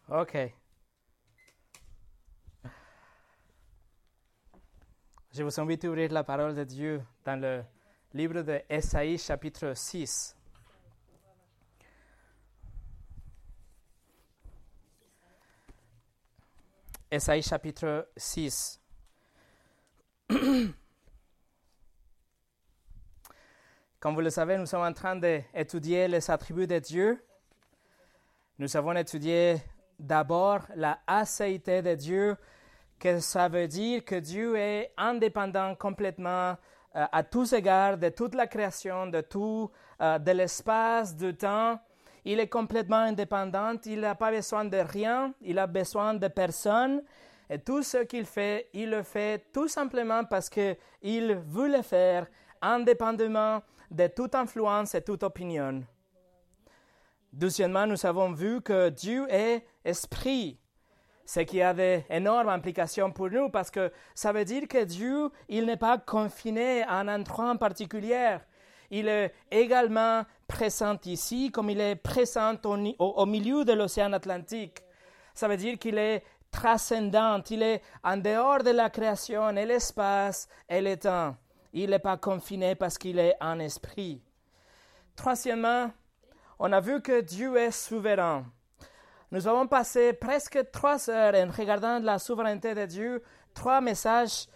OK. Je vous invite à ouvrir la parole de Dieu dans le livre de Ésaïe, chapitre 6. Ésaïe, chapitre 6. Comme vous le savez, nous sommes en train d'étudier les attributs de Dieu. Nous avons étudié d'abord la acéité de Dieu, que ça veut dire que Dieu est indépendant complètement à tous égards de toute la création, de l'espace, du temps. Il est complètement indépendant, il n'a pas besoin de rien, il a besoin de personne. Et tout ce qu'il fait, il le fait tout simplement parce qu'il veut le faire indépendamment de toute influence et toute opinion. Deuxièmement, nous avons vu que Dieu est esprit, ce qui a d'énormes implications pour nous parce que ça veut dire que Dieu, il n'est pas confiné à un endroit en particulier. Il est également présent ici comme il est présent au milieu de l'océan Atlantique. Ça veut dire qu'il est transcendant, il est en dehors de la création et l'espace et le temps. Il n'est pas confiné parce qu'il est en esprit. Troisièmement, on a vu que Dieu est souverain. Nous avons passé presque 3 heures en regardant la souveraineté de Dieu, 3 messages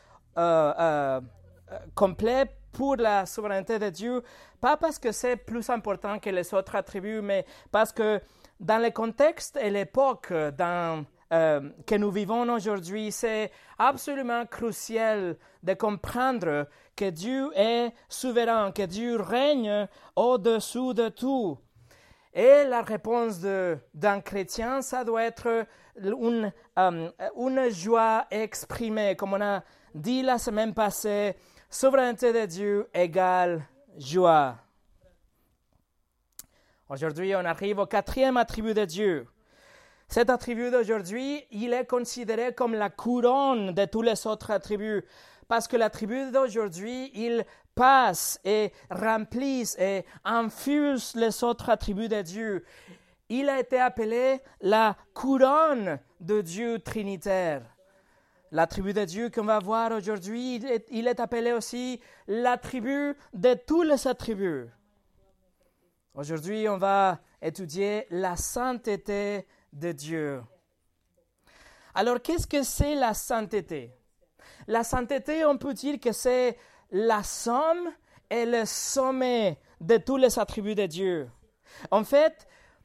complets pour la souveraineté de Dieu, pas parce que c'est plus important que les autres attributs, mais parce que dans le contexte et l'époque que nous vivons aujourd'hui, c'est absolument crucial de comprendre que Dieu est souverain, que Dieu règne au-dessous de tout. Et la réponse d'un chrétien, ça doit être une joie exprimée. Comme on a dit la semaine passée, souveraineté de Dieu égale joie. Aujourd'hui, on arrive au 4e attribut de Dieu. Cet attribut d'aujourd'hui, il est considéré comme la couronne de tous les autres attributs. Parce que l'attribut d'aujourd'hui, il passe et remplit et infuse les autres attributs de Dieu. Il a été appelé la couronne de Dieu trinitaire. L'attribut de Dieu qu'on va voir aujourd'hui, il est appelé aussi l'attribut de tous les attributs. Aujourd'hui, on va étudier la sainteté de Dieu. Alors, qu'est-ce que c'est la sainteté? La sainteté, on peut dire que c'est la somme et le sommet de tous les attributs de Dieu. En fait,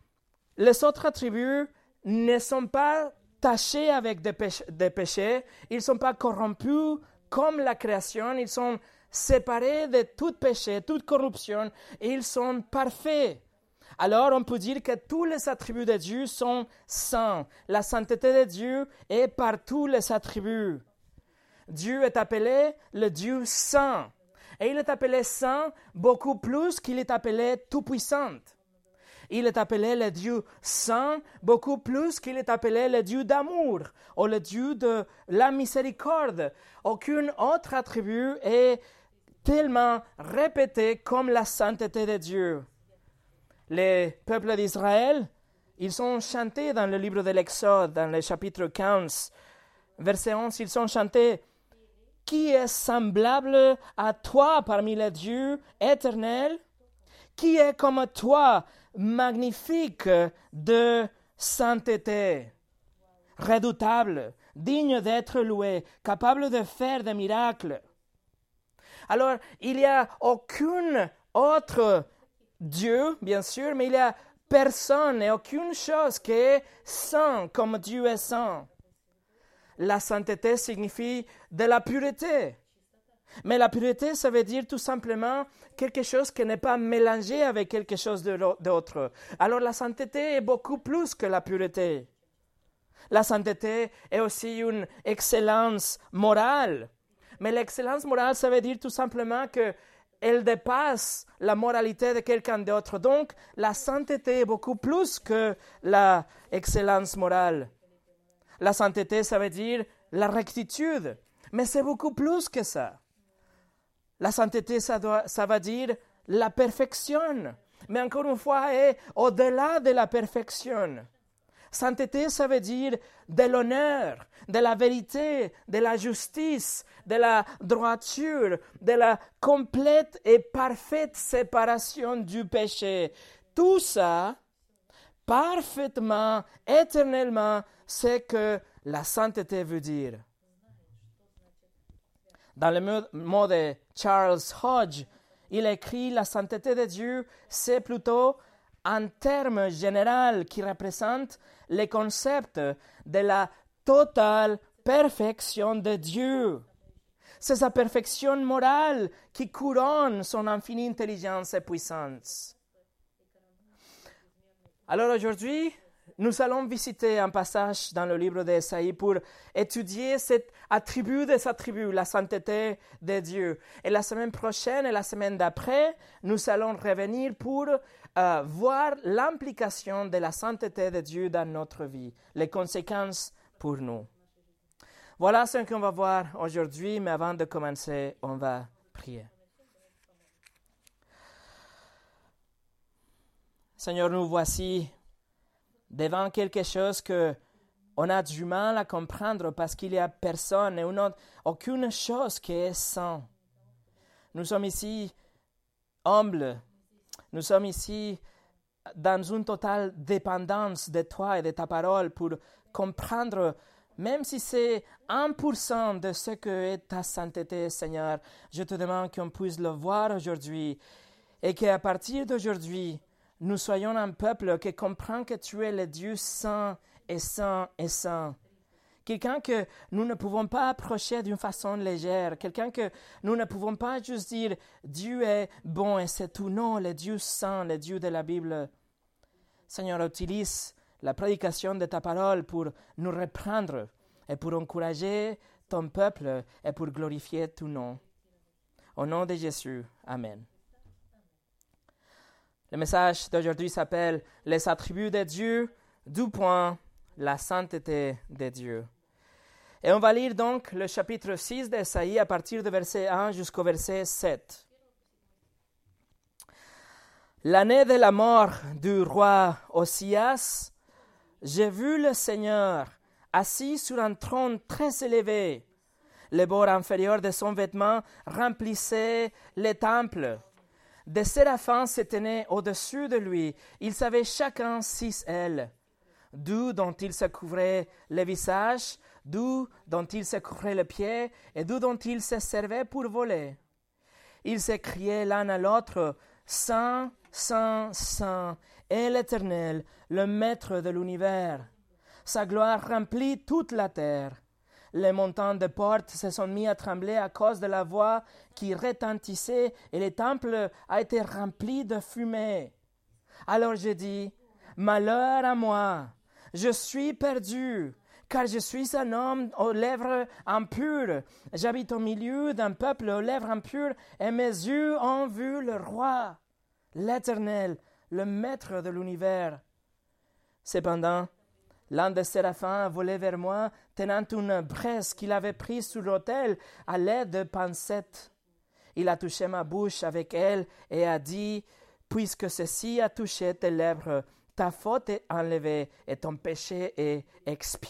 les autres attributs ne sont pas tachés avec des péchés, ils ne sont pas corrompus comme la création, ils sont séparés de tout péché, toute corruption, et ils sont parfaits. Alors, on peut dire que tous les attributs de Dieu sont saints. La sainteté de Dieu est par tous les attributs. Dieu est appelé le Dieu saint. Et il est appelé saint beaucoup plus qu'il est appelé tout-puissant. Il est appelé le Dieu saint beaucoup plus qu'il est appelé le Dieu d'amour ou le Dieu de la miséricorde. Aucun autre attribut est tellement répété comme la sainteté de Dieu. Les peuples d'Israël, ils ont chanté dans le livre de l'Exode, dans le chapitre 15, verset 11, ils ont chanté « Qui est semblable à toi parmi les dieux éternels? Qui est comme toi, magnifique de sainteté, redoutable, digne d'être loué, capable de faire des miracles? » Alors, il n'y a aucun autre Dieu, bien sûr, mais il n'y a personne et aucune chose qui est saint comme Dieu est saint. La sainteté signifie de la pureté. Mais la pureté, ça veut dire tout simplement quelque chose qui n'est pas mélangé avec quelque chose d'autre. Alors la sainteté est beaucoup plus que la pureté. La sainteté est aussi une excellence morale. Mais l'excellence morale, ça veut dire tout simplement qu'elle dépasse la moralité de quelqu'un d'autre. Donc, la sainteté est beaucoup plus que l'excellence morale. La sainteté, ça veut dire la rectitude, mais c'est beaucoup plus que ça. La sainteté, ça veut dire la perfection, mais encore une fois, est au-delà de la perfection. Sainteté, ça veut dire de l'honneur, de la vérité, de la justice, de la droiture, de la complète et parfaite séparation du péché. Tout ça, parfaitement, éternellement, c'est que la sainteté veut dire. Dans le mot de Charles Hodge, il écrit la sainteté de Dieu, c'est plutôt un terme général qui représente le concept de la totale perfection de Dieu. C'est sa perfection morale qui couronne son infinie intelligence et puissance. Alors aujourd'hui, nous allons visiter un passage dans le livre d'Ésaïe pour étudier cet attribut des attributs, la sainteté de Dieu. Et la semaine prochaine et la semaine d'après, nous allons revenir pour voir l'implication de la sainteté de Dieu dans notre vie, les conséquences pour nous. Voilà ce qu'on va voir aujourd'hui, mais avant de commencer, on va prier. Seigneur, nous voici devant quelque chose que on a du mal à comprendre parce qu'il n'y a personne et aucune chose qui est sainte. Nous sommes ici humbles. Nous sommes ici dans une totale dépendance de toi et de ta parole pour comprendre, même si c'est 1% de ce que est ta sainteté, Seigneur. Je te demande qu'on puisse le voir aujourd'hui et qu'à partir d'aujourd'hui, nous soyons un peuple qui comprend que tu es le Dieu saint et saint et saint. Quelqu'un que nous ne pouvons pas approcher d'une façon légère. Quelqu'un que nous ne pouvons pas juste dire Dieu est bon et c'est tout. Non, le Dieu saint, le Dieu de la Bible. Seigneur, utilise la prédication de ta parole pour nous reprendre et pour encourager ton peuple et pour glorifier ton nom. Au nom de Jésus, Amen. Le message d'aujourd'hui s'appelle « Les attributs de Dieu, la sainteté de Dieu ». Et on va lire donc le chapitre 6 d'Ésaïe à partir du verset 1 jusqu'au verset 7. L'année de la mort du roi Osias, j'ai vu le Seigneur assis sur un trône très élevé. Le bord inférieur de son vêtement remplissait le temple. Des séraphins se tenaient au-dessus de lui. Ils avaient chacun 6 ailes. D'où dont ils se couvraient le visage, d'où dont ils se couvraient les pieds, et d'où dont ils se servaient pour voler. Ils s'écriaient l'un à l'autre, « Saint, Saint, Saint, est l'Éternel, le Maître de l'univers. Sa gloire remplit toute la terre. » Les montants des portes se sont mis à trembler à cause de la voix qui retentissait et le temple a été rempli de fumée. Alors j'ai dit, malheur à moi, je suis perdu, car je suis un homme aux lèvres impures. J'habite au milieu d'un peuple aux lèvres impures et mes yeux ont vu le roi, l'Éternel, le Maître de l'univers. Cependant, l'un des séraphins a volé vers moi, tenant une braise qu'il avait prise sur l'autel à l'aide de pincettes. Il a touché ma bouche avec elle et a dit, « Puisque ceci a touché tes lèvres, ta faute est enlevée et ton péché est expié. »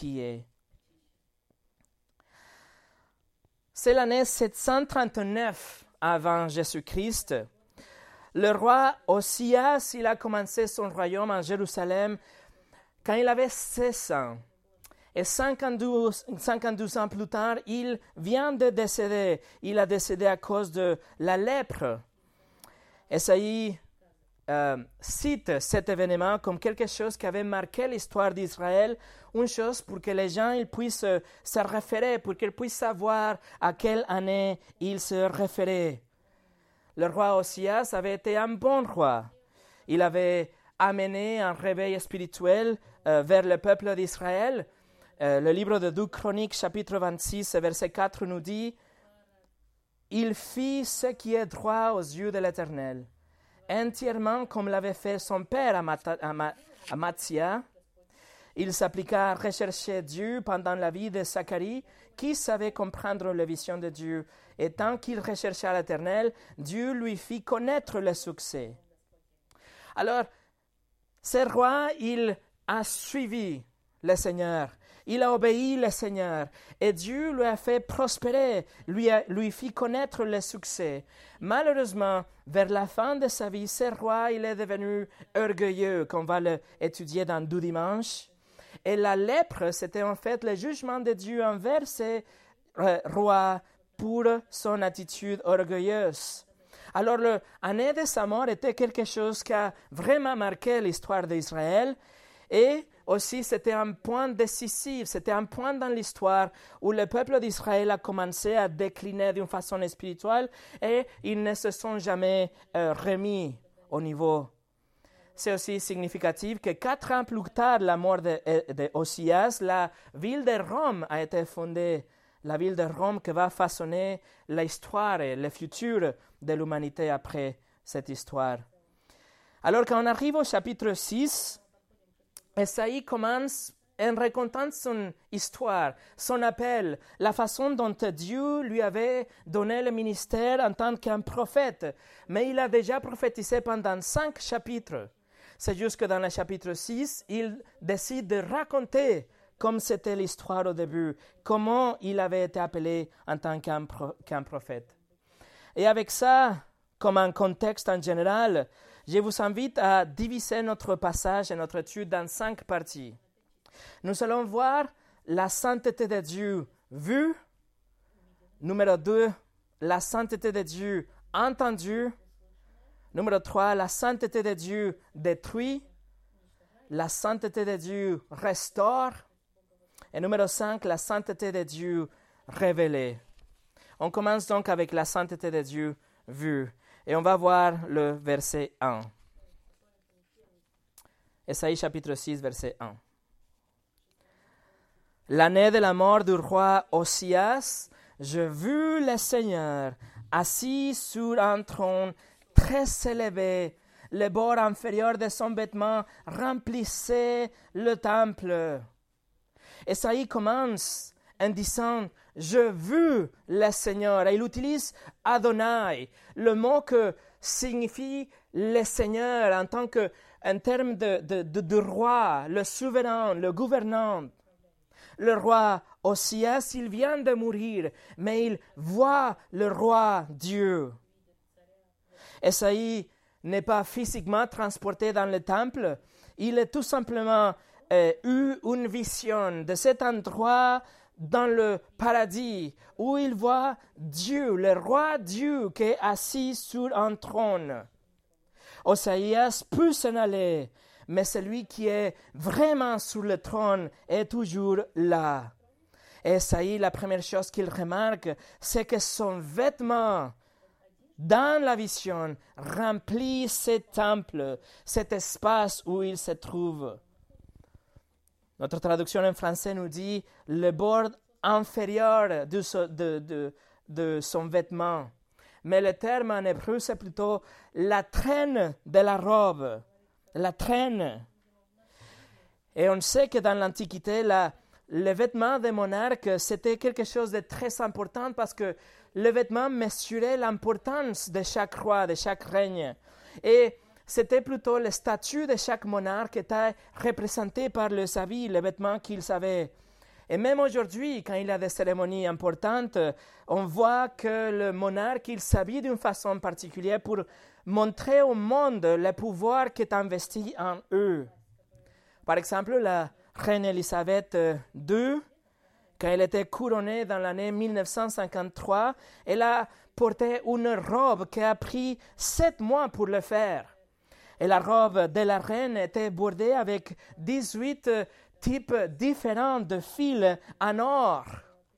C'est l'année 739 avant Jésus-Christ. Le roi Osias, il a commencé son royaume en Jérusalem quand il avait 16 ans. Et 52 ans plus tard, il vient de décéder. Il a décédé à cause de la lèpre. Ésaïe cite cet événement comme quelque chose qui avait marqué l'histoire d'Israël, une chose pour que les gens ils puissent se référer, pour qu'ils puissent savoir à quelle année ils se référaient. Le roi Osias avait été un bon roi. Il avait amené un réveil spirituel vers le peuple d'Israël. Le livre de 2 Chroniques, chapitre 26, verset 4 nous dit « Il fit ce qui est droit aux yeux de l'Éternel, entièrement comme l'avait fait son père Amathia. Il s'appliqua à rechercher Dieu pendant la vie de Zacharie, qui savait comprendre les visions de Dieu. Et tant qu'il rechercha l'Éternel, Dieu lui fit connaître le succès. » Alors, ce roi, il a suivi le Seigneur. Il a obéi le Seigneur et Dieu lui a fait prospérer, lui fit connaître le succès. Malheureusement, vers la fin de sa vie, ce roi, il est devenu orgueilleux, qu'on va l'étudier dans 2 dimanches. Et la lèpre, c'était en fait le jugement de Dieu envers ce roi pour son attitude orgueilleuse. Alors, l'année de sa mort était quelque chose qui a vraiment marqué l'histoire d'Israël et aussi c'était un point décisif, c'était un point dans l'histoire où le peuple d'Israël a commencé à décliner d'une façon spirituelle et ils ne se sont jamais remis au niveau. C'est aussi significatif que 4 ans plus tard, la mort d'Osias, la ville de Rome a été fondée. La ville de Rome qui va façonner l'histoire et le futur de l'humanité après cette histoire. Alors quand on arrive au chapitre 6, Esaïe commence en racontant son histoire, son appel, la façon dont Dieu lui avait donné le ministère en tant qu'un prophète. Mais il a déjà prophétisé pendant 5 chapitres. C'est juste que dans le chapitre 6, il décide de raconter comme c'était l'histoire au début, comment il avait été appelé en tant qu'un prophète. Et avec ça, comme un contexte en général, je vous invite à diviser notre passage et notre étude dans 5 parties. Nous allons voir la sainteté de Dieu vue. Numéro 2, la sainteté de Dieu entendue. Numéro 3, la sainteté de Dieu détruite. La sainteté de Dieu restaure. Et numéro 5, la sainteté de Dieu révélée. On commence donc avec la sainteté de Dieu vue. Et on va voir le verset 1. Esaïe chapitre 6, verset 1. L'année de la mort du roi Osias, je vis le Seigneur assis sur un trône très élevé. Le bord inférieur de son vêtement remplissait le temple. Esaïe commence en disant « Je vis le Seigneur ». Et il utilise « Adonai », le mot que signifie « le Seigneur » en termes de roi, le souverain, le gouvernant. Le roi Osias, il vient de mourir, mais il voit le roi Dieu. Esaïe n'est pas physiquement transporté dans le temple, il est tout simplement eu une vision de cet endroit dans le paradis où il voit Dieu, le roi Dieu qui est assis sur un trône. Osaïas peut s'en aller, mais celui qui est vraiment sur le trône est toujours là. Et Esaïe, la première chose qu'il remarque, c'est que son vêtement dans la vision remplit ce temple, cet espace où il se trouve. Notre traduction en français nous dit le bord inférieur de son vêtement. Mais le terme en hébreu, c'est plutôt la traîne de la robe. La traîne. Et on sait que dans l'Antiquité, le vêtement des monarques, c'était quelque chose de très important parce que le vêtement mesurait l'importance de chaque roi, de chaque règne. Et c'était plutôt le statut de chaque monarque qui était représenté par les habits, les vêtements qu'ils avaient. Et même aujourd'hui, quand il y a des cérémonies importantes, on voit que le monarque, il s'habille d'une façon particulière pour montrer au monde le pouvoir qui est investi en eux. Par exemple, la reine Élisabeth II, quand elle était couronnée dans l'année 1953, elle a porté une robe qui a pris 7 mois pour le faire. Et la robe de la reine était bordée avec 18 types différents de fils en or.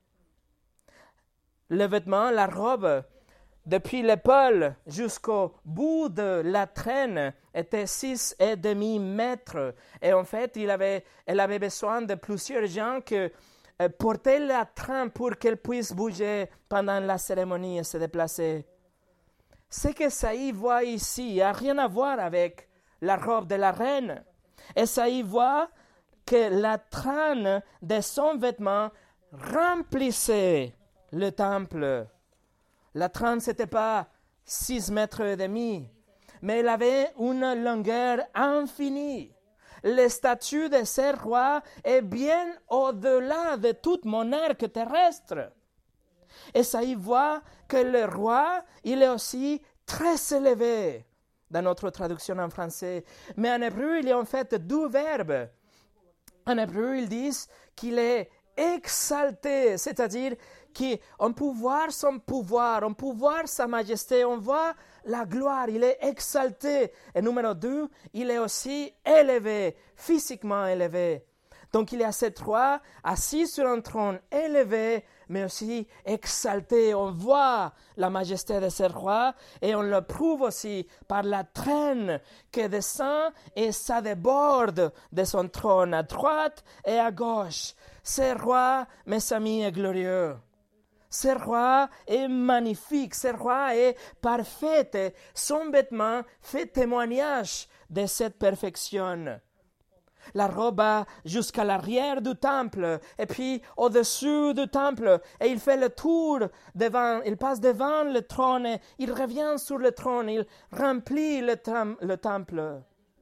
Le vêtement, la robe, depuis l'épaule jusqu'au bout de la traîne, était 6,5 mètres. Et en fait, elle avait besoin de plusieurs gens qui portaient la traîne pour qu'elle puisse bouger pendant la cérémonie et se déplacer. Ce que Esaïe voit ici n'a rien à voir avec la robe de la reine. Esaïe voit que la traîne de son vêtement remplissait le temple. La traîne, ce n'était pas 6,5 mètres, mais elle avait une longueur infinie. le statut de ce roi est bien au-delà de toute monarque terrestre. Esaïe voit que le roi, il est aussi très élevé, dans notre traduction en français. Mais en hébreu, il y a en fait deux verbes. En hébreu, ils disent qu'il est exalté, c'est-à-dire qu'on peut voir son pouvoir, on peut voir sa majesté, on voit la gloire, il est exalté. Et numéro 2, il est aussi élevé, physiquement élevé. Donc il y a cet roi assis sur un trône élevé, mais aussi exalté. On voit la majesté de ce roi et on le prouve aussi par la traîne qui descend et ça déborde de son trône à droite et à gauche. Ce roi, mes amis, est glorieux. Ce roi est magnifique, ce roi est parfait et son vêtement fait témoignage de cette perfection. La robe va jusqu'à l'arrière du temple et puis au-dessus du temple et il fait le tour devant, il passe devant le trône et il revient sur le trône, il remplit le temple.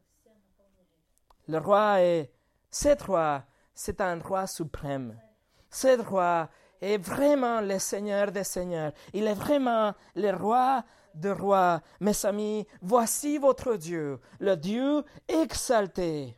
Le roi cet roi, c'est un roi suprême. Ce roi est vraiment le Seigneur des Seigneurs. Il est vraiment le roi des rois. Mes amis, voici votre Dieu, le Dieu exalté.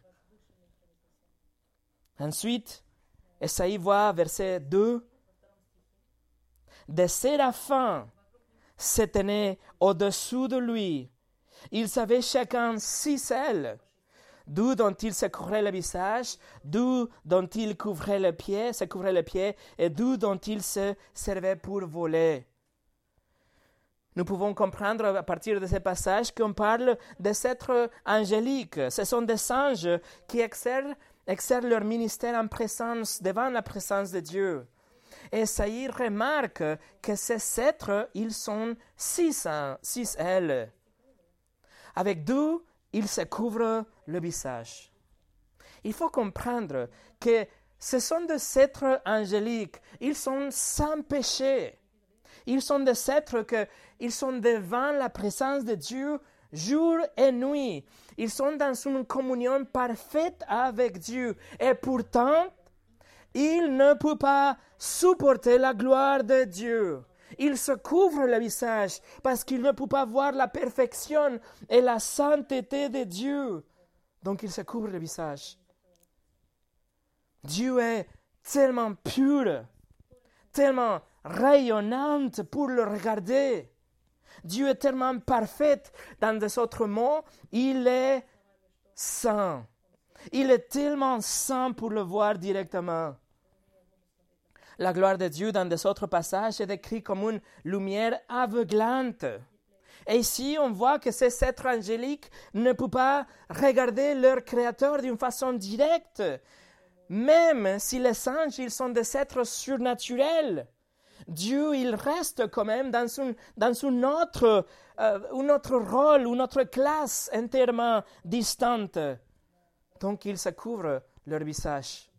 Ensuite, Esaïe voit verset 2. Des séraphins se tenaient au-dessous de lui. Ils avaient chacun 6 ailes, d'où dont ils se couvraient le visage, d'où dont ils se couvraient les pieds, et d'où dont ils se servaient pour voler. Nous pouvons comprendre à partir de ce passage qu'on parle des êtres angéliques. Ce sont des anges qui exercent leur ministère en présence, devant la présence de Dieu. Et Esaïe remarque que ces êtres, ils sont 6 ailes. Avec 2, ils se couvrent le visage. Il faut comprendre que ce sont des êtres angéliques. Ils sont sans péché. Ils sont des êtres ils sont devant la présence de Dieu jour et nuit. Ils sont dans une communion parfaite avec Dieu. Et pourtant, ils ne peuvent pas supporter la gloire de Dieu. Ils se couvrent le visage parce qu'ils ne peuvent pas voir la perfection et la sainteté de Dieu. Donc ils se couvrent le visage. Dieu est tellement pur, tellement rayonnant pour le regarder. Dieu est tellement parfait. Dans des autres mots, il est saint. Il est tellement saint pour le voir directement. La gloire de Dieu dans des autres passages est décrite comme une lumière aveuglante. Et ici, on voit que ces êtres angéliques ne peuvent pas regarder leur Créateur d'une façon directe. Même si les anges, ils sont des êtres surnaturels. Dieu, il reste quand même dans un autre rôle, une autre classe entièrement distante. Donc, ils se couvrent leur visage.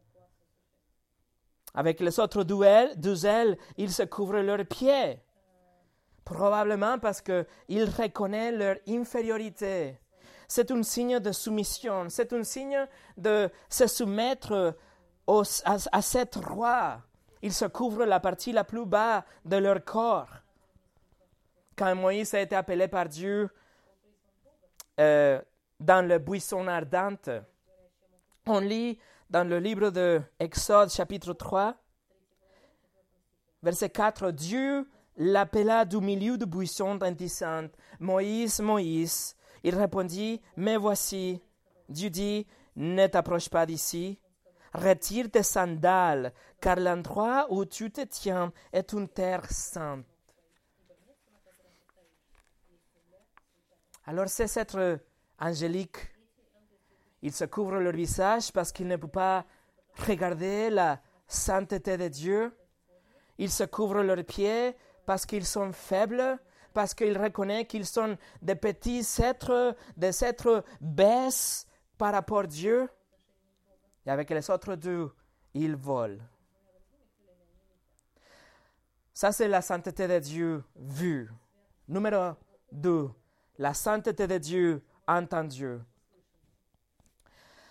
Avec les autres deux ailes, ils se couvrent leurs pieds. Probablement parce qu'ils reconnaissent leur infériorité. C'est un signe de soumission. C'est un signe de se soumettre à cet roi. Ils se couvrent la partie la plus basse de leur corps. Quand Moïse a été appelé par Dieu dans le buisson ardent, on lit dans le livre de Exode, chapitre 3, verset 4, Dieu l'appela du milieu du buisson en disant, Moïse, Moïse. Il répondit, me voici. Dieu dit, ne t'approche pas d'ici. Retire tes sandales, car l'endroit où tu te tiens est une terre sainte. Alors ces êtres angéliques, ils se couvrent leur visage parce qu'ils ne peuvent pas regarder la sainteté de Dieu. Ils se couvrent leurs pieds parce qu'ils sont faibles, parce qu'ils reconnaissent qu'ils sont des petits êtres, des êtres baisses par rapport à Dieu. Et avec les autres deux, ils volent. Ça, c'est la sainteté de Dieu vue. Numéro 2, la sainteté de Dieu entendue.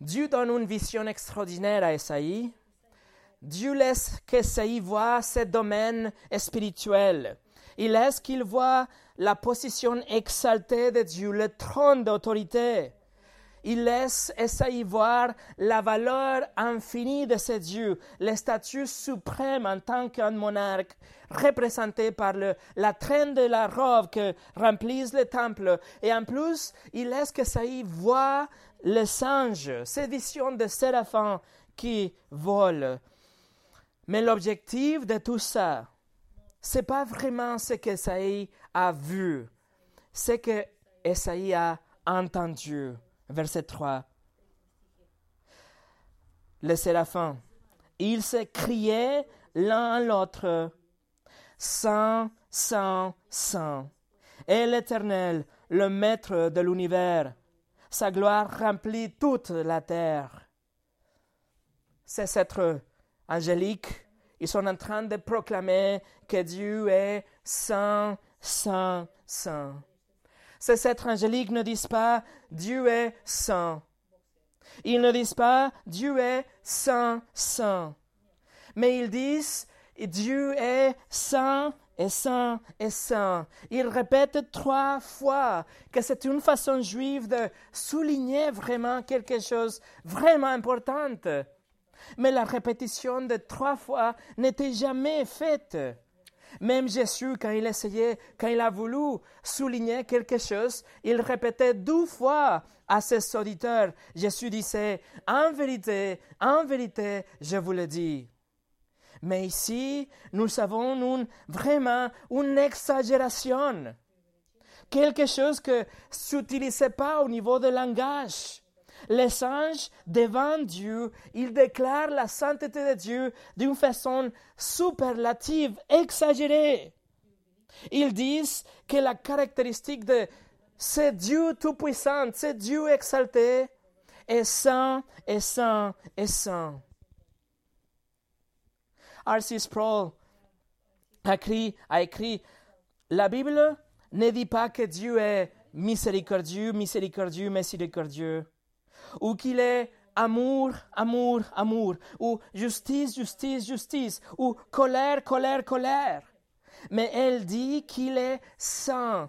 Dieu donne une vision extraordinaire à Esaïe. Dieu laisse qu'Esaïe voie ce domaine spirituel. Il laisse qu'il voie la position exaltée de Dieu, le trône d'autorité. Il laisse Esaïe voir la valeur infinie de ce Dieu, le statut suprême en tant qu'un monarque, représenté par la traîne de la robe que remplissent le temple. Et en plus, il laisse qu'Esaïe voit les anges, ces visions de séraphins qui volent. Mais l'objectif de tout ça, c'est pas vraiment ce qu'Esaïe a vu, c'est que Esaïe a entendu. Verset 3. Les séraphins, ils se criaient l'un à l'autre, Saint, Saint, Saint, est l'Éternel, le Maître de l'univers. Sa gloire remplit toute la terre. Ces êtres angéliques, ils sont en train de proclamer que Dieu est Saint, Saint, Saint. Ces êtres angéliques ne disent pas « Dieu est saint ». Ils ne disent pas « Dieu est saint, saint ». Mais ils disent « Dieu est saint et saint et saint ». Ils répètent 3 fois que c'est une façon juive de souligner vraiment quelque chose vraiment important. Mais la répétition de 3 fois n'était jamais faite. Même Jésus, quand il a voulu souligner quelque chose, il répétait 2 fois à ses auditeurs. Jésus disait, en vérité, je vous le dis. Mais ici, nous avons vraiment une exagération. Quelque chose que ne s'utilisait pas au niveau du langage. Les anges, devant Dieu, ils déclarent la sainteté de Dieu d'une façon superlative, exagérée. Ils disent que la caractéristique de ce Dieu tout-puissant, ce Dieu exalté, est saint, est saint, est saint. R.C. Sproul a écrit, la Bible ne dit pas que Dieu est miséricordieux, miséricordieux, ou qu'il est amour, ou justice, ou colère. Mais elle dit qu'il est saint.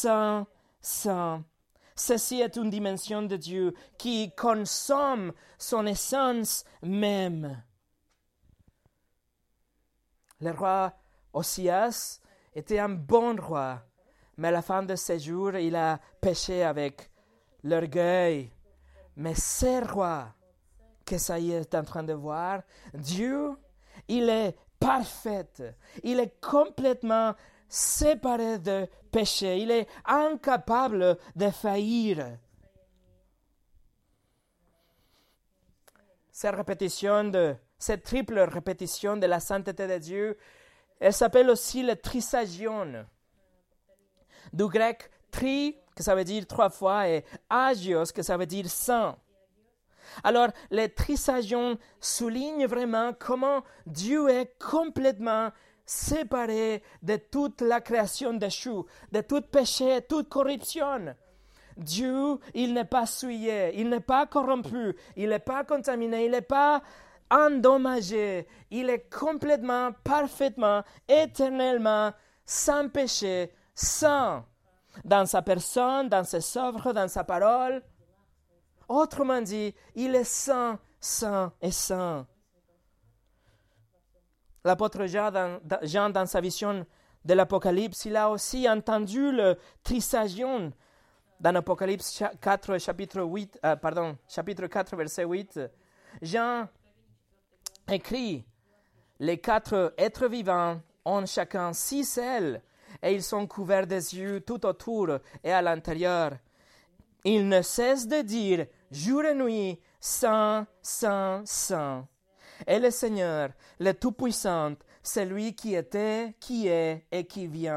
Ceci est une dimension de Dieu qui consomme son essence même. Le roi Osias était un bon roi, mais à la fin de ses jours, il a péché avec l'orgueil. Mais ce roi qu'Esaïe est en train de voir, Dieu, il est parfait. Il est complètement séparé de péché. Il est incapable de faillir. Cette triple répétition de la sainteté de Dieu, elle s'appelle aussi le trisagion. Du grec tri, que ça veut dire 3 fois, et agios, que ça veut dire saint. Alors, le trisagion souligne vraiment comment Dieu est complètement séparé de toute la création d'échoué, de tout péché, toute corruption. Dieu, il n'est pas souillé, il n'est pas corrompu, il n'est pas contaminé, il n'est pas endommagé. Il est complètement, parfaitement, éternellement, sans péché, saint. Dans sa personne, dans ses œuvres, dans sa parole. Autrement dit, il est saint, saint et saint. L'apôtre Jean, dans sa vision de l'Apocalypse, il a aussi entendu le trisagion. Dans Apocalypse 4, chapitre 4, verset 8, Jean écrit, « Les 4 êtres vivants ont chacun 6 ailes, et ils sont couverts des yeux tout autour et à l'intérieur. Ils ne cessent de dire, jour et nuit, Saint, Saint, Saint. Et le Seigneur, le Tout-Puissant, c'est lui qui était, qui est et qui vient. »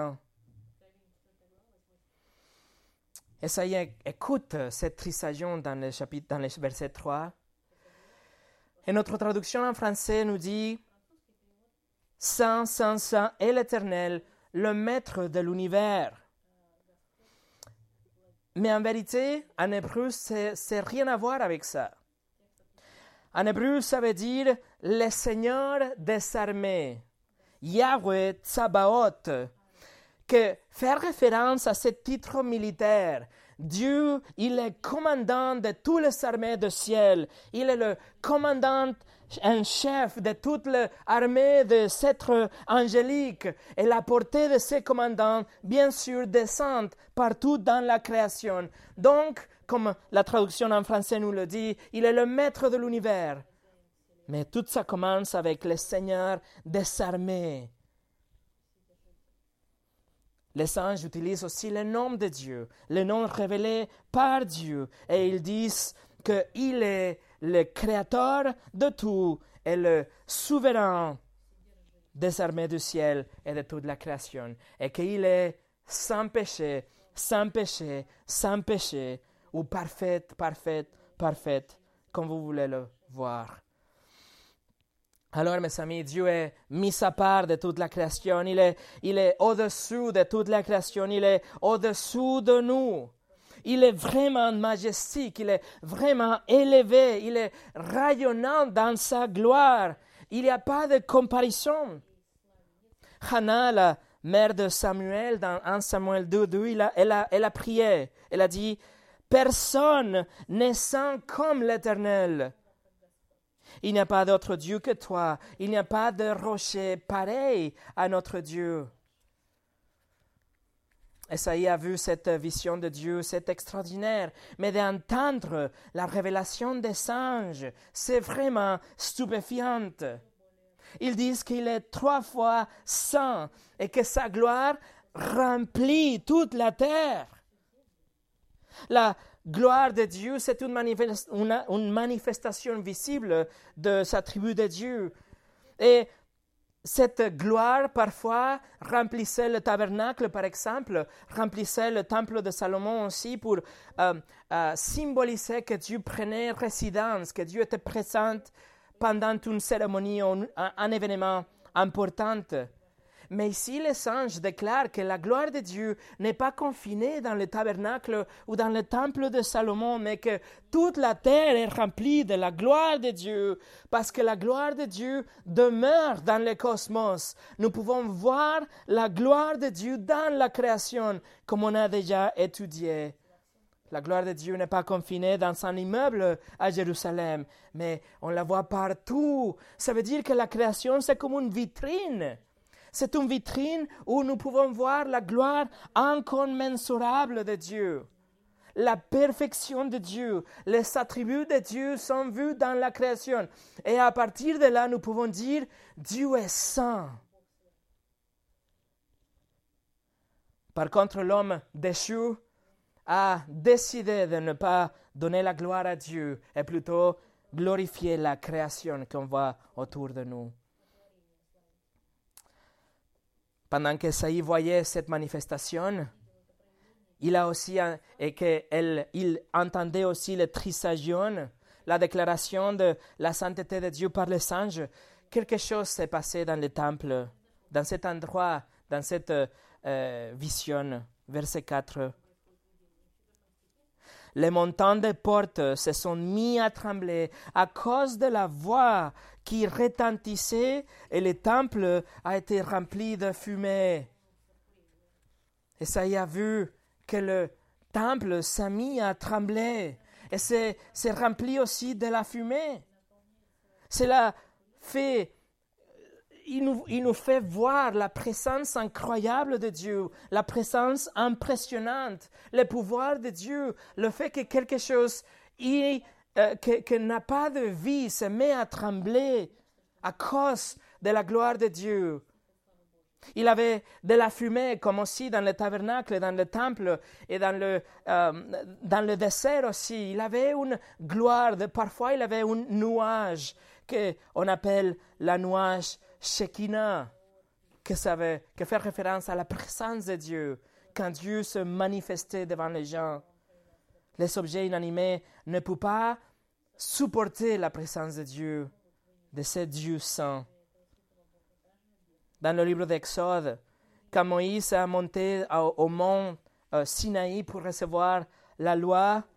Esaïe écoute cette trisagion dans le verset 3. Et notre traduction en français nous dit « Saint, Saint, Saint est l'Éternel, le Maître de l'univers. » Mais en vérité, en hébreu, c'est rien à voir avec ça. En hébreu, ça veut dire le Seigneur des armées, Yahweh Tsabaoth, que fait référence à ce titre militaire. Dieu, il est commandant de toutes les armées du ciel. Il est le commandant en chef de toute l'armée des êtres angéliques. Et la portée de ces commandants, bien sûr, descend partout dans la création. Donc, comme la traduction en français nous le dit, il est le maître de l'univers. Mais tout ça commence avec le Seigneur des armées. Les anges utilisent aussi le nom de Dieu, le nom révélé par Dieu, et ils disent qu'il est le créateur de tout et le souverain des armées du ciel et de toute la création, et qu'il est sans péché, sans péché, sans péché, ou parfait, parfait, parfait, comme vous voulez le voir. Alors, mes amis, Dieu est mis à part de toute la création. Il est au-dessus de toute la création. Il est au-dessous de nous. Il est vraiment majestique. Il est vraiment élevé. Il est rayonnant dans sa gloire. Il n'y a pas de comparaison. Hannah, la mère de Samuel, dans 1 Samuel 2, elle a prié. Elle a dit, « Personne n'est saint comme l'Éternel. » Il n'y a pas d'autre Dieu que toi. Il n'y a pas de rocher pareil à notre Dieu. Esaïe a vu cette vision de Dieu, c'est extraordinaire. Mais d'entendre la révélation des anges, c'est vraiment stupéfiant. Ils disent qu'il est 3 fois saint et que sa gloire remplit toute la terre. La gloire de Dieu, c'est une manifestation visible de sa tribu de Dieu. Et cette gloire, parfois, remplissait le tabernacle, par exemple, remplissait le temple de Salomon aussi pour symboliser que Dieu prenait résidence, que Dieu était présent pendant une cérémonie, un événement important. Mais ici, les anges déclarent que la gloire de Dieu n'est pas confinée dans le tabernacle ou dans le temple de Salomon, mais que toute la terre est remplie de la gloire de Dieu, parce que la gloire de Dieu demeure dans le cosmos. Nous pouvons voir la gloire de Dieu dans la création, comme on a déjà étudié. La gloire de Dieu n'est pas confinée dans un immeuble à Jérusalem, mais on la voit partout. Ça veut dire que la création, c'est comme une vitrine. C'est une vitrine où nous pouvons voir la gloire incommensurable de Dieu. La perfection de Dieu, les attributs de Dieu sont vus dans la création. Et à partir de là, nous pouvons dire, Dieu est saint. Par contre, l'homme déchu a décidé de ne pas donner la gloire à Dieu et plutôt glorifier la création qu'on voit autour de nous. Pendant qu'Esaïe voyait cette manifestation, il entendait aussi le trisagion, la déclaration de la sainteté de Dieu par les anges. Quelque chose s'est passé dans le temple, dans cet endroit, dans cette vision. Verset 4. Les montants des portes se sont mis à trembler à cause de la voix qui retentissait et le temple a été rempli de fumée. Esaïe a vu que le temple s'est mis à trembler et c'est rempli aussi de la fumée. Cela fait... Il nous fait voir la présence incroyable de Dieu, la présence impressionnante, le pouvoir de Dieu, le fait que quelque chose qui n'a pas de vie se met à trembler à cause de la gloire de Dieu. Il avait de la fumée, comme aussi dans le tabernacle, dans le temple et dans le désert aussi. Il avait une gloire, parfois il avait un nuage qu'on appelle la nuage Shekinah, qui fait référence à la présence de Dieu, quand Dieu se manifestait devant les gens. Les objets inanimés ne peuvent pas supporter la présence de Dieu, de ce Dieu saint. Dans le livre d'Exode, quand Moïse a monté au mont Sinaï pour recevoir la loi,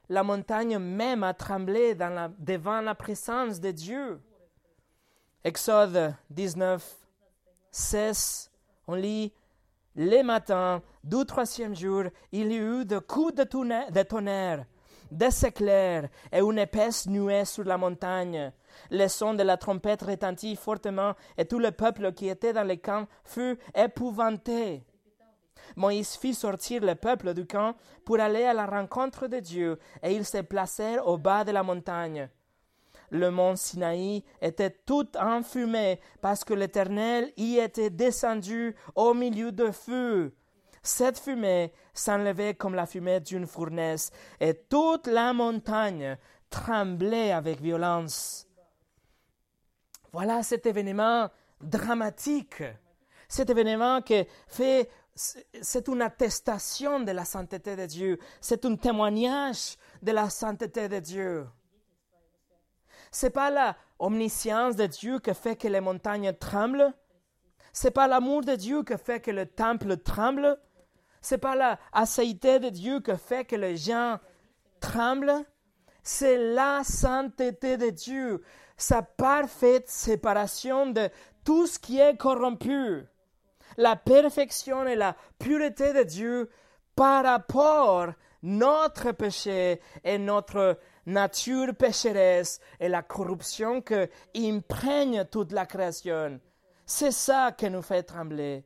la montagne même a tremblé devant la présence de Dieu. Exode 19, 16, on lit « Le matin du troisième jour, il y eut de coups de tonnerre, des éclairs et une épaisse nuée sur la montagne. Le son de la trompette retentit fortement et tout le peuple qui était dans les camps fut épouvanté. Moïse fit sortir le peuple du camp pour aller à la rencontre de Dieu et ils se placèrent au bas de la montagne. Le mont Sinaï était tout enfumé parce que l'Éternel y était descendu au milieu de feu. Cette fumée s'enlevait comme la fumée d'une fournaise et toute la montagne tremblait avec violence. Voilà cet événement dramatique. Cet événement c'est une attestation de la sainteté de Dieu. C'est un témoignage de la sainteté de Dieu. C'est pas la omniscience de Dieu qui fait que les montagnes tremblent. C'est pas l'amour de Dieu qui fait que le temple tremble. C'est pas la assainité de Dieu qui fait que les gens tremblent. C'est la sainteté de Dieu, sa parfaite séparation de tout ce qui est corrompu. La perfection et la pureté de Dieu par rapport à notre péché et notre nature pécheresse et la corruption qui imprègne toute la création. C'est ça qui nous fait trembler.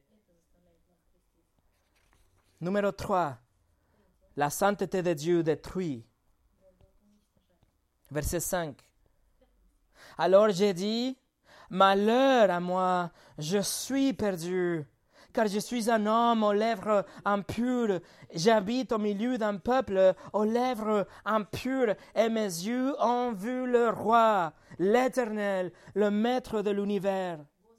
Numéro 3. La sainteté de Dieu détruit. Verset 5. Alors j'ai dit, malheur à moi, je suis perdu, car je suis un homme aux lèvres impures. J'habite au milieu d'un peuple aux lèvres impures, et mes yeux ont vu le roi, l'Éternel, le maître de l'univers.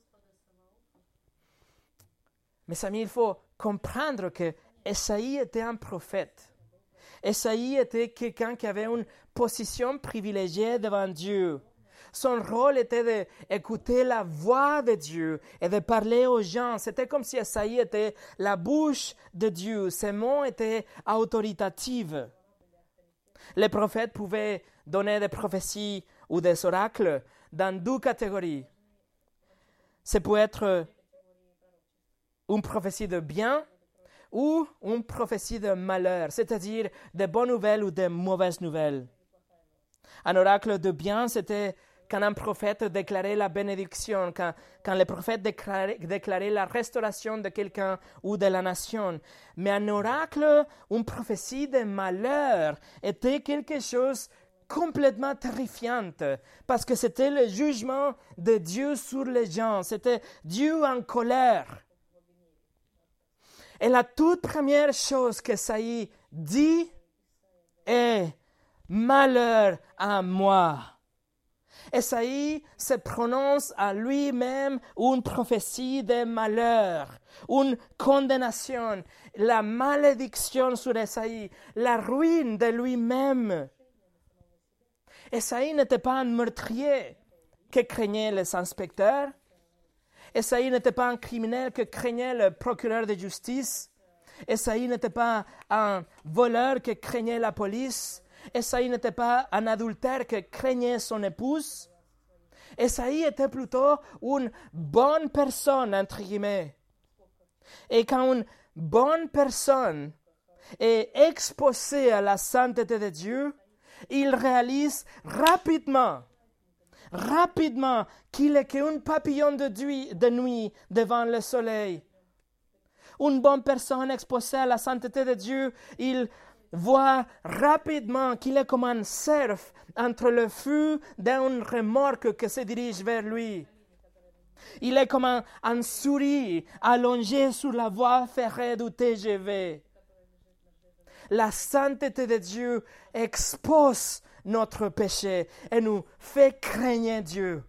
Mes amis, il faut comprendre que Ésaïe était un prophète. Ésaïe était quelqu'un qui avait une position privilégiée devant Dieu. Son rôle était d'écouter la voix de Dieu et de parler aux gens. C'était comme si Ésaïe était la bouche de Dieu. Ses mots étaient autoritatifs. Les prophètes pouvaient donner des prophéties ou des oracles dans deux catégories. Ça peut être une prophétie de bien ou une prophétie de malheur, c'est-à-dire de bonnes nouvelles ou de mauvaises nouvelles. Un oracle de bien, c'était quand un prophète déclarait la bénédiction, quand le prophète déclarait la restauration de quelqu'un ou de la nation. Mais un oracle, une prophétie de malheur, était quelque chose complètement terrifiant, parce que c'était le jugement de Dieu sur les gens. C'était Dieu en colère. Et la toute première chose qu'Ésaïe dit est « Malheur à moi ». Ésaïe se prononce à lui-même une prophétie de malheur, une condamnation, la malédiction sur Ésaïe, la ruine de lui-même. Ésaïe n'était pas un meurtrier que craignaient les inspecteurs. Ésaïe n'était pas un criminel que craignait le procureur de justice. Ésaïe n'était pas un voleur que craignait la police. Ésaïe n'était pas un adultère que craignait son épouse. Ésaïe était plutôt une bonne personne, entre guillemets. Et quand une bonne personne est exposée à la sainteté de Dieu, il réalise rapidement qu'il est qu'un papillon de nuit devant le soleil. Une bonne personne exposée à la sainteté de Dieu, il voit rapidement qu'il est comme un cerf entre le feu d'une remorque qui se dirige vers lui. Il est comme un souris allongé sur la voie ferrée du TGV. La sainteté de Dieu expose notre péché et nous fait craindre Dieu.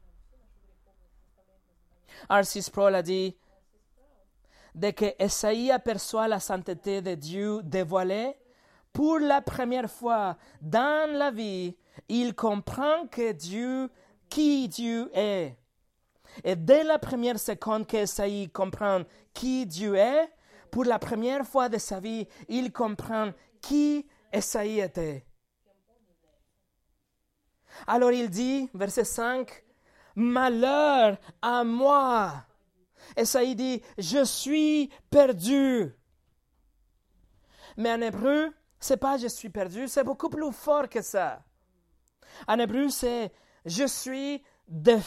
R.C. Sproul a dit, dès que Ésaïe aperçoit la sainteté de Dieu dévoilée, pour la première fois dans la vie, il comprend qui Dieu est. Et dès la première seconde qu'Ésaïe comprend qui Dieu est, pour la première fois de sa vie, il comprend qui Ésaïe était. Alors il dit, verset 5, « Malheur à moi !» Esaïe dit, « Je suis perdu !» Mais en hébreu, c'est pas « je suis perdu », c'est beaucoup plus fort que ça. En hébreu, c'est « je suis défaite ».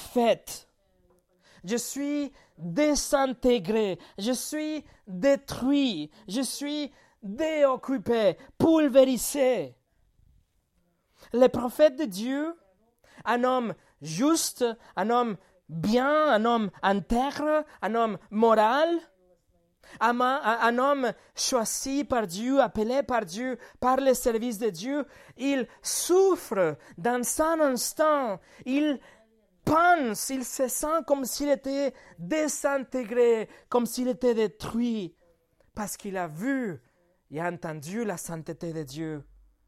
Je suis désintégré, je suis détruit, je suis déoccupé, pulvérisé. Le prophète de Dieu, un homme juste, un homme bien, un homme intègre, un homme moral, un homme choisi par Dieu, appelé par Dieu, par le service de Dieu, il souffre dans un instant, il pense, il se sent comme s'il était désintégré, comme s'il était détruit, parce qu'il a vu et a entendu la sainteté de Dieu.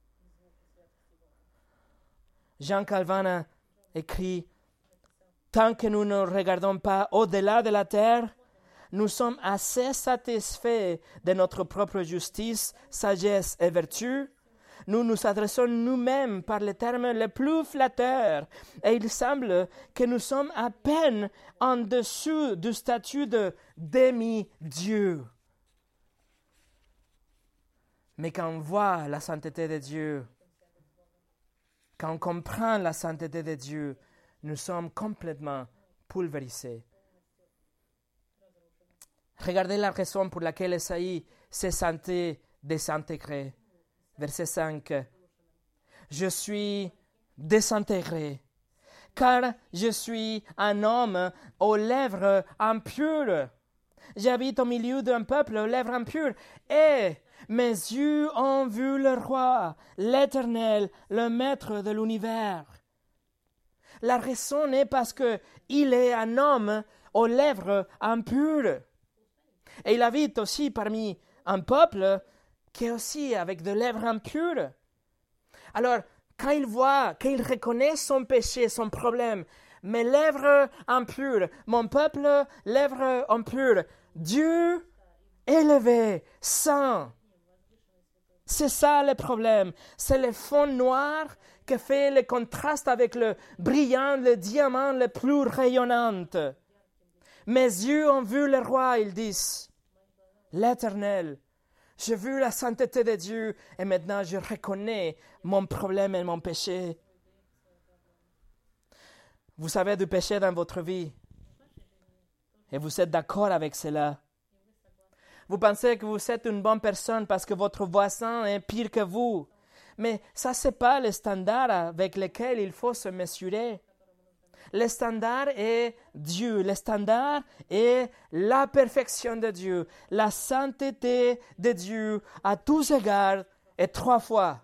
Jean Calvin a écrit, « Tant que nous ne regardons pas au-delà de la terre, nous sommes assez satisfaits de notre propre justice, sagesse et vertu. Nous nous adressons nous-mêmes par les termes les plus flatteurs, et il semble que nous sommes à peine en dessous du statut de demi-dieu. Mais quand on voit la sainteté de Dieu, quand on comprend la sainteté de Dieu, nous sommes complètement pulvérisés. Regardez la raison pour laquelle Esaïe se sentait désintégré. Verset 5. « Je suis désintégré, car je suis un homme aux lèvres impures. J'habite au milieu d'un peuple aux lèvres impures, et mes yeux ont vu le roi, l'Éternel, le Maître de l'univers. » La raison est parce qu'il est un homme aux lèvres impures. Et il habite aussi parmi un peuple qui est aussi avec des lèvres impures. Alors, quand il voit, quand il reconnaît son péché, son problème, mes lèvres impures, mon peuple, lèvres impures, Dieu élevé, saint. C'est ça le problème. C'est le fond noir qui fait le contraste avec le brillant, le diamant le plus rayonnant. Mes yeux ont vu le roi, ils disent, l'Éternel. J'ai vu la sainteté de Dieu et maintenant je reconnais mon problème et mon péché. Vous savez du péché dans votre vie et vous êtes d'accord avec cela. Vous pensez que vous êtes une bonne personne parce que votre voisin est pire que vous. Mais ça, ce n'est pas le standard avec lequel il faut se mesurer. Le standard est Dieu. Le standard est la perfection de Dieu, la sainteté de Dieu à tous égards et 3 fois.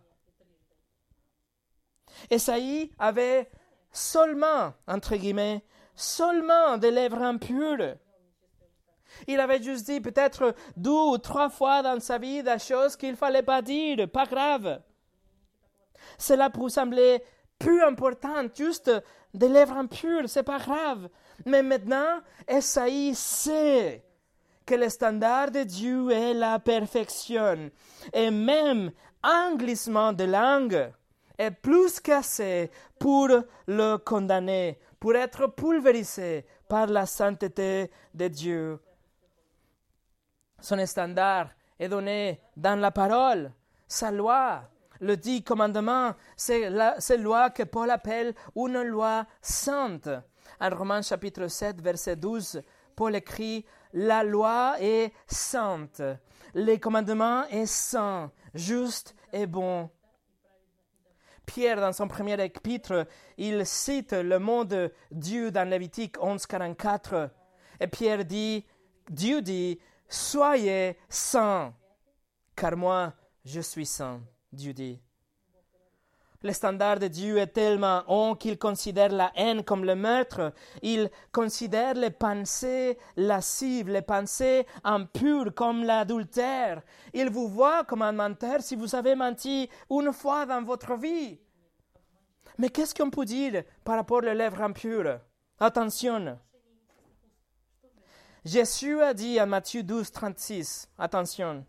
Esaïe avait seulement, entre guillemets, seulement des lèvres impures. Il avait juste dit peut-être 2 ou 3 fois dans sa vie des choses qu'il ne fallait pas dire, pas grave. Cela peut sembler plus important, juste des lèvres impures, c'est pas grave. Mais maintenant, Esaïe sait que le standard de Dieu est la perfection. Et même un glissement de langue est plus qu'assez pour le condamner, pour être pulvérisé par la sainteté de Dieu. Son standard est donné dans la parole, sa loi. Le 10 commandements, c'est la loi que Paul appelle une loi sainte. En Romains chapitre 7, verset 12, Paul écrit « La loi est sainte, les commandements est saint, juste et bon. » Pierre, dans son premier épître, il cite le mot de Dieu dans Lévitique 11, 44. Et Pierre dit, Dieu dit, « Soyez saints, car moi, je suis saint. » Dieu dit. Le standard de Dieu est tellement haut qu'il considère la haine comme le meurtre. Il considère les pensées lascives, les pensées impures comme l'adultère. Il vous voit comme un menteur si vous avez menti une fois dans votre vie. Mais qu'est-ce qu'on peut dire par rapport aux lèvres impures? Attention. Jésus a dit à Matthieu 12, 36, attention.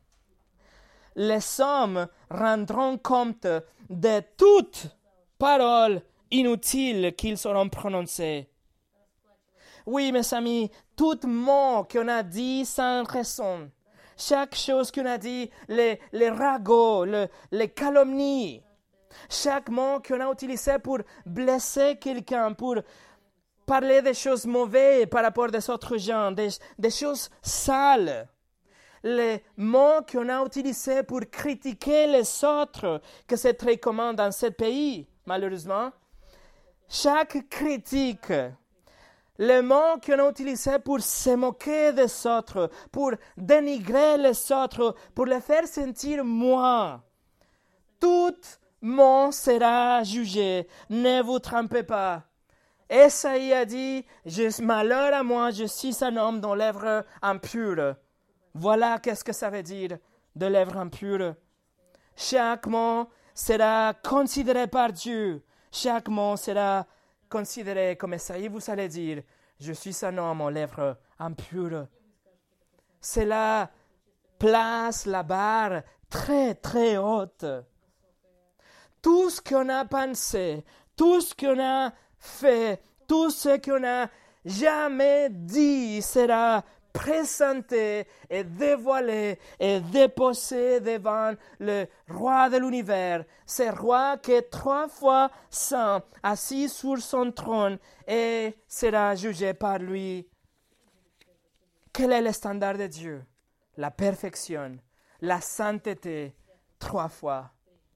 Les hommes rendront compte de toute parole inutiles qu'ils seront prononcés. Oui, mes amis, tout mot qu'on a dit sans raison, chaque chose qu'on a dit, les ragots, les calomnies, chaque mot qu'on a utilisé pour blesser quelqu'un, pour parler des choses mauvaises par rapport aux autres gens, des choses sales, les mots qu'on a utilisés pour critiquer les autres, que c'est très commun dans ce pays, malheureusement. Chaque critique, les mots qu'on a utilisés pour se moquer des autres, pour dénigrer les autres, pour les faire sentir moi, tout mot sera jugé. Ne vous trompez pas. Esaïe a dit, malheur à moi, je suis un homme dont lèvres impures. Voilà qu'est-ce que ça veut dire, de lèvres impures. Chaque mot sera considéré par Dieu. Chaque mot sera considéré comme Esaïe, vous allez dire, je suis un homme aux lèvres impures. Cela place la barre très, très haute. Tout ce qu'on a pensé, tout ce qu'on a fait, tout ce qu'on n'a jamais dit sera présenté et dévoilé et déposé devant le roi de l'univers, ce roi qui est 3 fois saint, assis sur son trône et sera jugé par lui. Quel est le standard de Dieu? La perfection, la sainteté, 3 fois.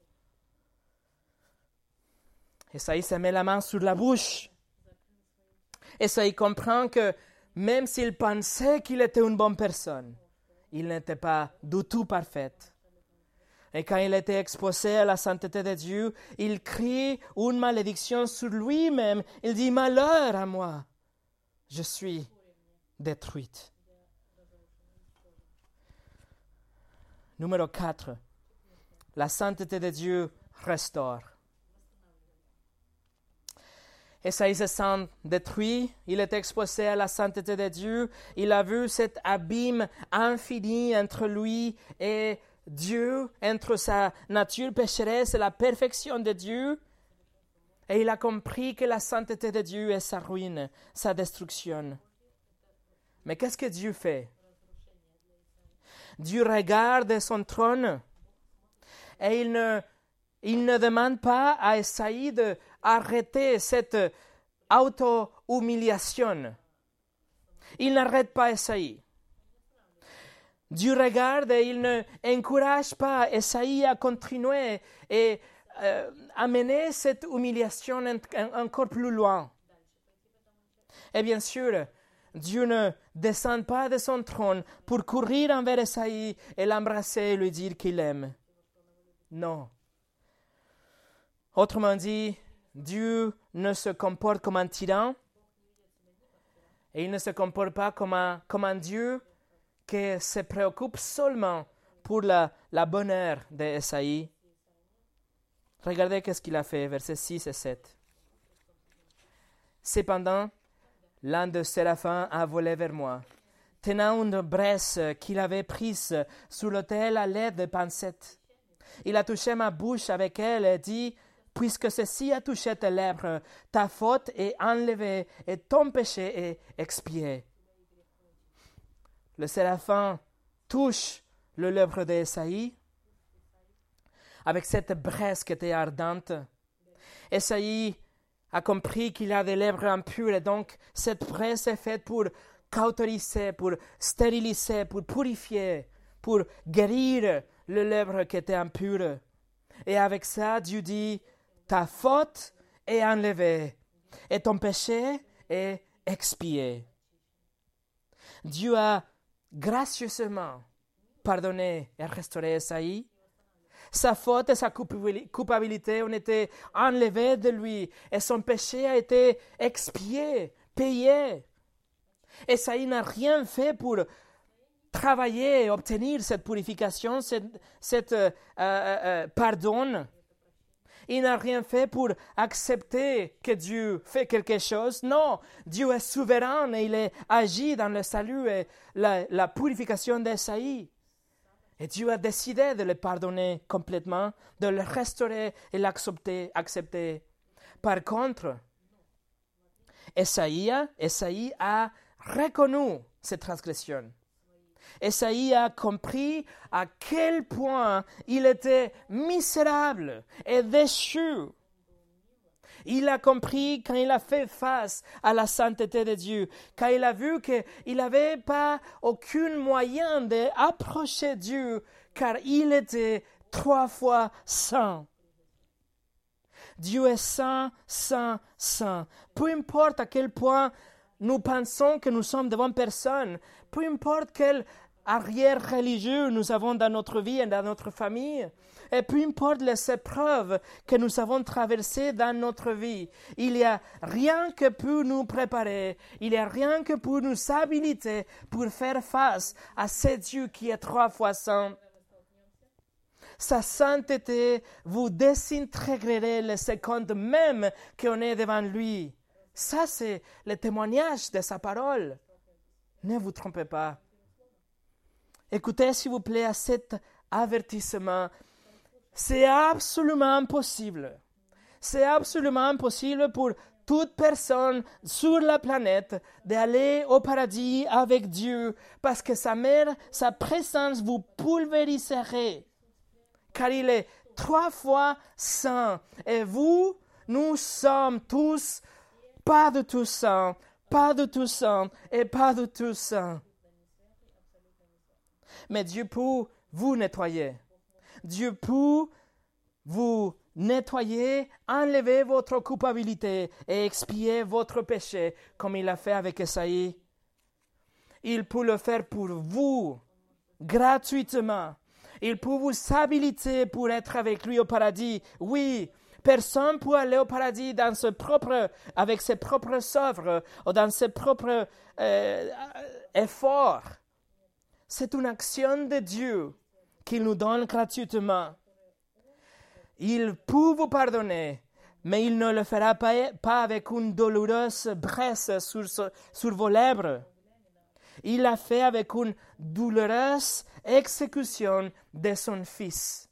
Esaïe se met la main sur la bouche. Esaïe comprend que même s'il pensait qu'il était une bonne personne, il n'était pas du tout parfait. Et quand il était exposé à la sainteté de Dieu, il crie une malédiction sur lui-même. Il dit, malheur à moi, je suis détruite. Numéro 4. La sainteté de Dieu restaure. Esaïe se sent détruit, il est exposé à la sainteté de Dieu, il a vu cet abîme infini entre lui et Dieu, entre sa nature pécheresse et la perfection de Dieu, et il a compris que la sainteté de Dieu est sa ruine, sa destruction. Mais qu'est-ce que Dieu fait? Dieu regarde son trône et il ne demande pas à Esaïe d'arrêter cette auto-humiliation. Il n'arrête pas Esaïe. Dieu regarde et il n'encourage pas Esaïe à continuer et à mener cette humiliation encore plus loin. Et bien sûr, Dieu ne descend pas de son trône pour courir envers Esaïe et l'embrasser et lui dire qu'il l'aime. Non. Autrement dit, Dieu ne se comporte comme un tyran et il ne se comporte pas comme un Dieu qui se préoccupe seulement pour la bonheur d'Esaïe. Regardez ce qu'il a fait, versets 6 et 7. Cependant, l'un des séraphins a volé vers moi, tenant une braise qu'il avait prise sur l'autel à l'aide de pincettes. Il a touché ma bouche avec elle et dit, « Puisque ceci a touché tes lèvres, ta faute est enlevée et ton péché est expié. » Le séraphin touche le lèvre d'Esaïe avec cette braise qui était ardente. Esaïe a compris qu'il a des lèvres impures et donc cette braise est faite pour cauteriser, pour stériliser, pour purifier, pour guérir les lèvres qui étaient impures. Et avec ça, Dieu dit, ta faute est enlevée et ton péché est expié. Dieu a gracieusement pardonné et restauré Esaïe. Sa faute et sa culpabilité ont été enlevées de lui et son péché a été expié, payé. Esaïe n'a rien fait pour travailler et obtenir cette purification, cette pardon. Il n'a rien fait pour accepter que Dieu fait quelque chose. Non, Dieu est souverain et il est agi dans le salut et la purification d'Esaïe. Et Dieu a décidé de le pardonner complètement, de le restaurer et l'accepter. Par contre, Esaïe a reconnu cette transgression. Esaïe a compris à quel point il était misérable et déchu. Il a compris quand il a fait face à la sainteté de Dieu, quand il a vu qu'il n'avait pas aucun moyen d'approcher Dieu, car il était 3 fois saint. Dieu est saint, saint, saint. Peu importe à quel point nous pensons que nous sommes de bonnes personnes, peu importe quel arrière religieux nous avons dans notre vie et dans notre famille, et peu importe les épreuves que nous avons traversées dans notre vie, il n'y a rien que peut nous préparer, il n'y a rien que peut nous habiliter pour faire face à ce Dieu qui est 3 fois saint. Sa sainteté vous désintégrerait les secondes même qu'on est devant lui. Ça, c'est le témoignage de sa parole. Ne vous trompez pas. Écoutez, s'il vous plaît, à cet avertissement. C'est absolument impossible. C'est absolument impossible pour toute personne sur la planète d'aller au paradis avec Dieu parce que sa présence vous pulvériserait. Car il est 3 fois saint. Et nous sommes tous pas de tout saints, pas de tout saints et pas de tout saints. Mais Dieu peut vous nettoyer. Dieu peut vous nettoyer, enlever votre culpabilité et expier votre péché comme il l'a fait avec Esaïe. Il peut le faire pour vous, gratuitement. Il peut vous habiliter pour être avec lui au paradis. Oui, personne ne peut aller au paradis avec ses propres œuvres ou dans ses propres efforts. C'est une action de Dieu qu'il nous donne gratuitement. Il peut vous pardonner, mais il ne le fera pas avec une douloureuse bresse sur vos lèvres. Il l'a fait avec une douloureuse exécution de son Fils.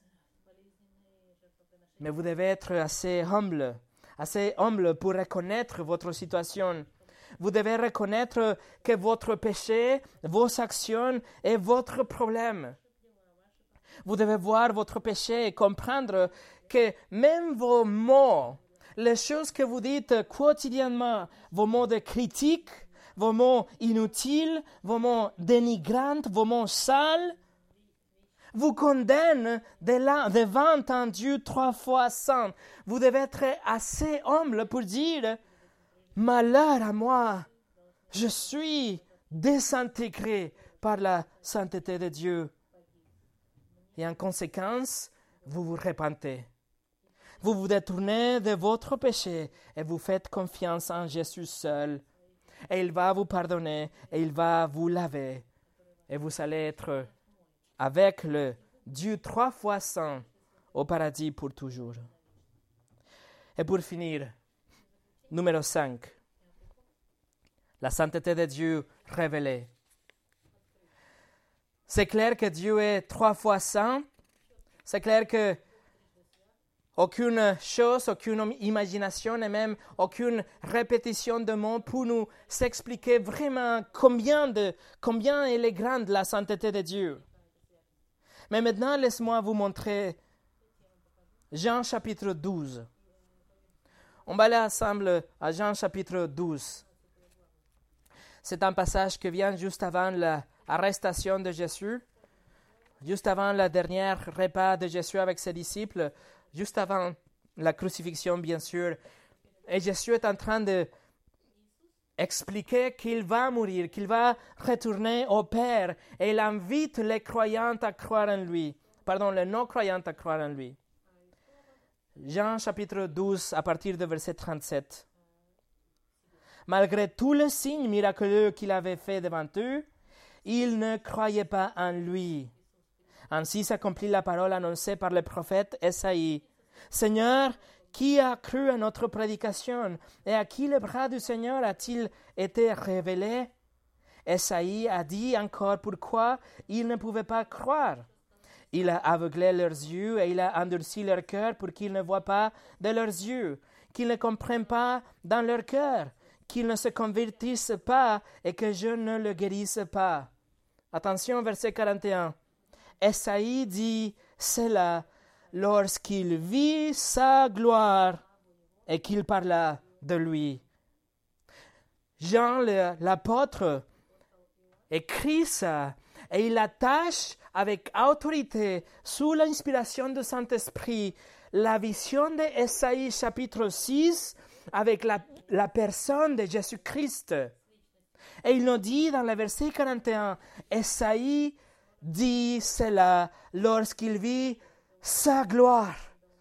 Mais vous devez être assez humble pour reconnaître votre situation. Vous devez reconnaître que votre péché, vos actions est votre problème. Vous devez voir votre péché et comprendre que même vos mots, les choses que vous dites quotidiennement, vos mots de critique, vos mots inutiles, vos mots dénigrants, vos mots sales, vous condamnent devant un Dieu 3 fois saint. Vous devez être assez humble pour dire « Malheur à moi, je suis désintégré par la sainteté de Dieu. » Et en conséquence, vous vous repentez. Vous vous détournez de votre péché et vous faites confiance en Jésus seul. Et il va vous pardonner et il va vous laver. Et vous allez être avec le Dieu 3 fois saint au paradis pour toujours. Et pour finir, numéro 5. La sainteté de Dieu révélée. C'est clair que Dieu est 3 fois saint. C'est clair que aucune chose, aucune imagination et même aucune répétition de mots pour nous s'expliquer vraiment combien elle est grande la sainteté de Dieu. Mais maintenant, laisse-moi vous montrer Jean chapitre 12. On va aller ensemble à Jean chapitre 12. C'est un passage qui vient juste avant l'arrestation de Jésus, juste avant le dernier repas de Jésus avec ses disciples, juste avant la crucifixion, bien sûr. Et Jésus est en train d'expliquer qu'il va mourir, qu'il va retourner au Père. Et il invite les croyants à croire en lui. Les non-croyants à croire en lui. Jean chapitre 12, à partir du verset 37. Malgré tous les signes miraculeux qu'il avait faits devant eux, ils ne croyaient pas en lui. Ainsi s'accomplit la parole annoncée par le prophète Esaïe. « Seigneur, qui a cru à notre prédication et à qui le bras du Seigneur a-t-il été révélé ?» Esaïe a dit encore pourquoi ils ne pouvaient pas croire. Il a aveuglé leurs yeux et il a endurci leur cœur pour qu'ils ne voient pas de leurs yeux, qu'ils ne comprennent pas dans leur cœur, qu'ils ne se convertissent pas et que je ne le guérisse pas. Attention, verset 41. Esaïe dit cela lorsqu'il vit sa gloire et qu'il parla de lui. Jean, l'apôtre, écrit ça et il attache avec autorité, sous l'inspiration du Saint-Esprit, la vision d'Esaïe chapitre 6 avec la personne de Jésus-Christ. Et il nous dit dans le verset 41, Esaïe dit cela lorsqu'il vit sa gloire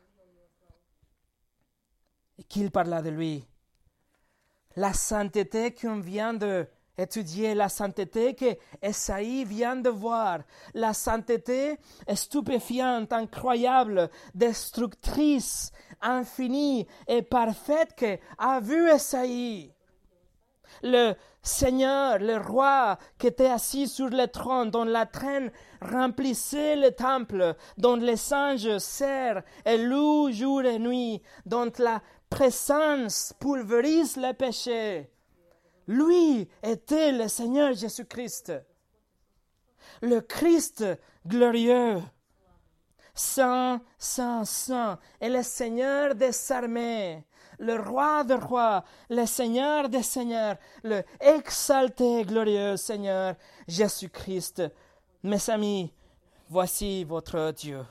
et qu'il parla de lui. La sainteté qu'on vient d'étudier, la sainteté que Esaïe vient de voir, la sainteté stupéfiante, incroyable, destructrice, infinie et parfaite que a vu Esaïe. Le Seigneur, le roi qui était assis sur le trône, dont la traîne remplissait le temple, dont les anges serrent et louent jour et nuit, dont la présence pulvérise le péché. Lui était le Seigneur Jésus-Christ, le Christ glorieux, saint, saint, saint, et le Seigneur des armées, le roi des rois, le Seigneur des seigneurs, le exalté, glorieux Seigneur Jésus-Christ. Mes amis, voici votre Dieu.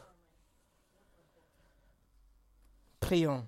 Prions.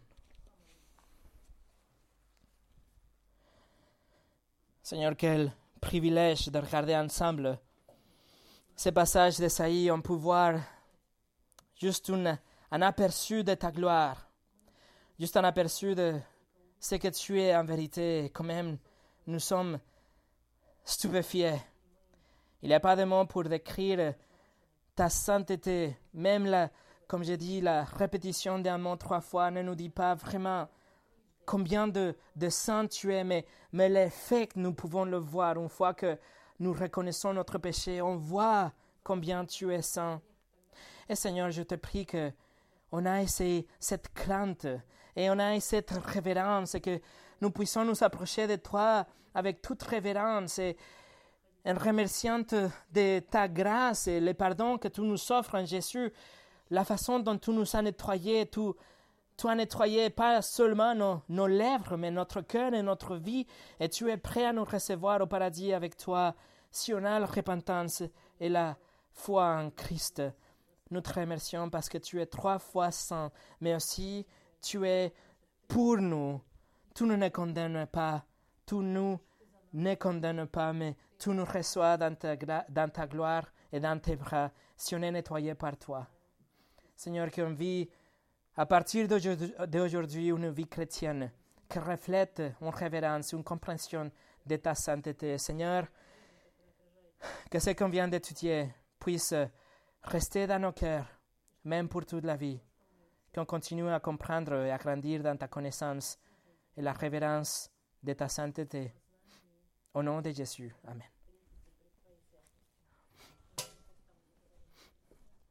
Seigneur, quel privilège de regarder ensemble ces passages d'Esaïe. On peut voir juste un aperçu de ta gloire, juste un aperçu de ce que tu es en vérité. Quand même, nous sommes stupéfiés. Il n'y a pas de mots pour décrire ta sainteté. Même, comme j'ai dit, la répétition d'un mot 3 fois ne nous dit pas vraiment combien de saints tu es, mais les faits, nous pouvons le voir. Une fois que nous reconnaissons notre péché, on voit combien tu es saint. Et Seigneur, je te prie qu'on ait cette crainte et on ait cette révérence et que nous puissions nous approcher de toi avec toute révérence et en remerciant de ta grâce et le pardon que tu nous offres en Jésus, la façon dont tu nous as nettoyés, tu as nettoyé pas seulement nos lèvres, mais notre cœur et notre vie, et tu es prêt à nous recevoir au paradis avec toi, si on a la repentance et la foi en Christ. Nous te remercions parce que tu es 3 fois saint, mais aussi tu es pour nous. Tu ne nous condamnes pas, tu nous ne condamnes pas, mais tu nous reçois dans ta gloire et dans tes bras, si on est nettoyé par toi. Seigneur, qu'on vit à partir d'aujourd'hui une vie chrétienne qui reflète une révérence, une compréhension de ta sainteté. Seigneur, que ce qu'on vient d'étudier puisse rester dans nos cœurs, même pour toute la vie. Qu'on continue à comprendre et à grandir dans ta connaissance et la révérence de ta sainteté. Au nom de Jésus. Amen.